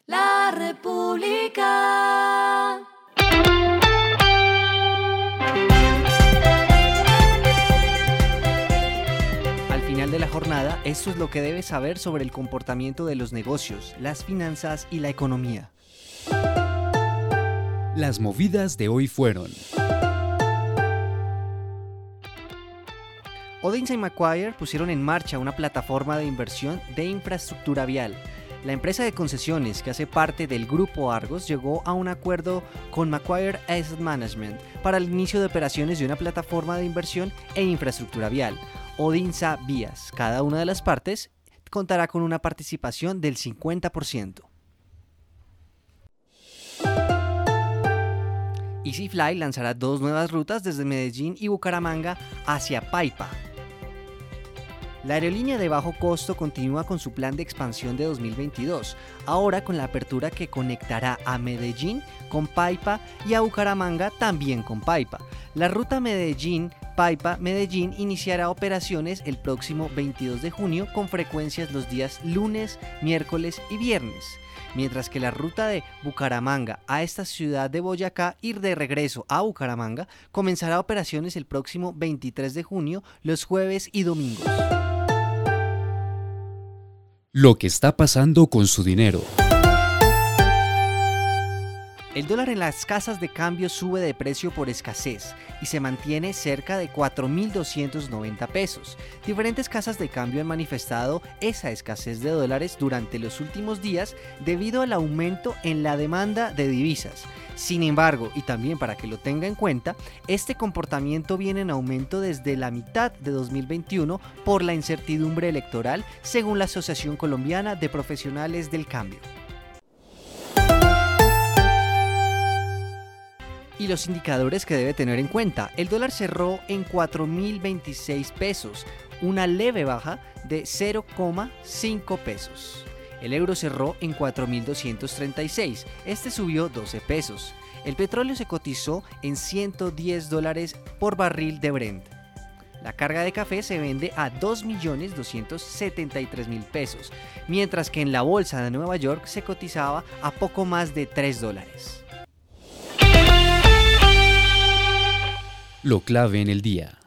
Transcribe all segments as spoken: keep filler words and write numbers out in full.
La República. Al final de la jornada, esto es lo que debes saber sobre el comportamiento de los negocios, las finanzas y la economía. Las movidas de hoy fueron: Odinsa y Macquarie pusieron en marcha una plataforma de inversión de infraestructura vial. La empresa de concesiones que hace parte del grupo Argos llegó a un acuerdo con Macquarie Asset Management para el inicio de operaciones de una plataforma de inversión e infraestructura vial, Odinsa Vías. Cada una de las partes contará con una participación del cincuenta por ciento. EasyFly lanzará dos nuevas rutas desde Medellín y Bucaramanga hacia Paipa. La aerolínea de bajo costo continúa con su plan de expansión de dos mil veintidós, ahora con la apertura que conectará a Medellín con Paipa y a Bucaramanga también con Paipa. La ruta Medellín-Paipa-Medellín iniciará operaciones el próximo veintidós de junio con frecuencias los días lunes, miércoles y viernes, mientras que la ruta de Bucaramanga a esta ciudad de Boyacá y de regreso a Bucaramanga comenzará operaciones el próximo veintitrés de junio, los jueves y domingos. Lo que está pasando con su dinero. El dólar en las casas de cambio sube de precio por escasez y se mantiene cerca de cuatro mil doscientos noventa pesos. Diferentes casas de cambio han manifestado esa escasez de dólares durante los últimos días debido al aumento en la demanda de divisas. Sin embargo, y también para que lo tenga en cuenta, este comportamiento viene en aumento desde la mitad de dos mil veintiuno por la incertidumbre electoral, según la Asociación Colombiana de Profesionales del Cambio. Y los indicadores que debe tener en cuenta: el dólar cerró en cuatro mil veintiséis pesos, una leve baja de cero coma cinco pesos. El euro cerró en cuatro mil doscientos treinta y seis, este subió doce pesos. El petróleo se cotizó en ciento diez dólares por barril de Brent. La carga de café se vende a dos millones doscientos setenta y tres mil pesos, mientras que en la bolsa de Nueva York se cotizaba a poco más de tres dólares. Lo clave en el día.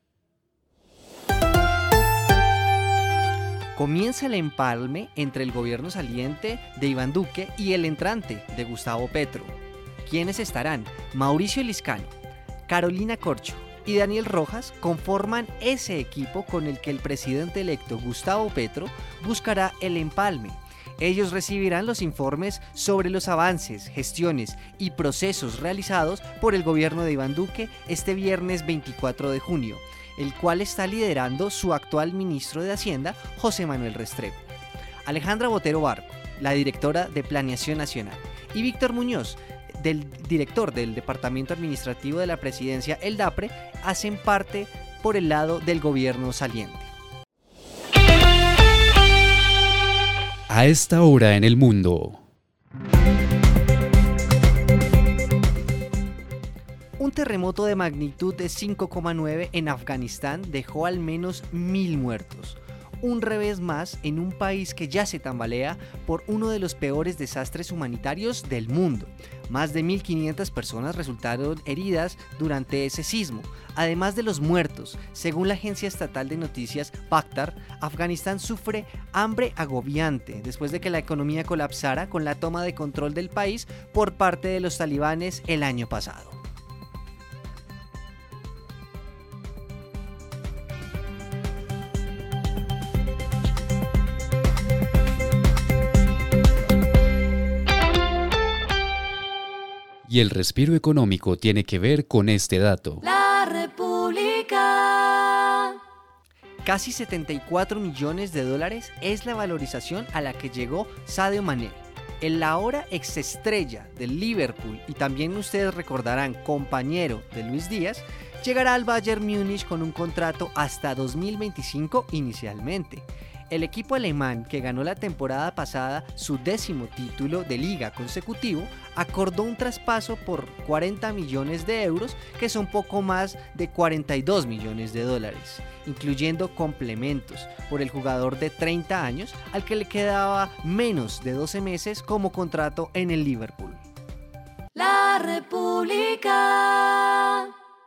Comienza el empalme entre el gobierno saliente de Iván Duque y el entrante de Gustavo Petro. ¿Quiénes estarán? Mauricio Liscano, Carolina Corcho y Daniel Rojas conforman ese equipo con el que el presidente electo Gustavo Petro buscará el empalme. Ellos recibirán los informes sobre los avances, gestiones y procesos realizados por el gobierno de Iván Duque este viernes veinticuatro de junio, el cual está liderando su actual ministro de Hacienda, José Manuel Restrepo. Alejandra Botero Barco, la directora de Planeación Nacional, y Víctor Muñoz, del director del Departamento Administrativo de la Presidencia, el DAPRE, hacen parte por el lado del gobierno saliente. A esta hora en el mundo. Un terremoto de magnitud de cinco coma nueve en Afganistán dejó al menos mil muertos. Un revés más en un país que ya se tambalea por uno de los peores desastres humanitarios del mundo. Más de mil quinientas personas resultaron heridas durante ese sismo. Además de los muertos, según la agencia estatal de noticias Bakhtar, Afganistán sufre hambre agobiante después de que la economía colapsara con la toma de control del país por parte de los talibanes el año pasado. Y el respiro económico tiene que ver con este dato. La República. Casi setenta y cuatro millones de dólares es la valorización a la que llegó Sadio Mané, el ahora exestrella del Liverpool y también ustedes recordarán compañero de Luis Díaz, llegará al Bayern Múnich con un contrato hasta dos mil veinticinco inicialmente. El equipo alemán, que ganó la temporada pasada su décimo título de liga consecutivo, acordó un traspaso por cuarenta millones de euros, que son poco más de cuarenta y dos millones de dólares, incluyendo complementos por el jugador de treinta años, al que le quedaba menos de doce meses como contrato en el Liverpool. La República.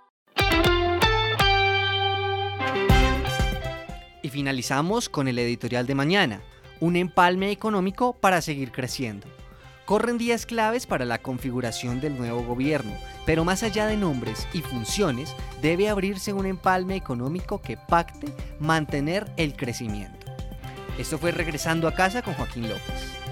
Y finalizamos con el editorial de mañana, un empalme económico para seguir creciendo. Corren días claves para la configuración del nuevo gobierno, pero más allá de nombres y funciones, debe abrirse un empalme económico que pacte mantener el crecimiento. Esto fue Regresando a Casa con Joaquín López.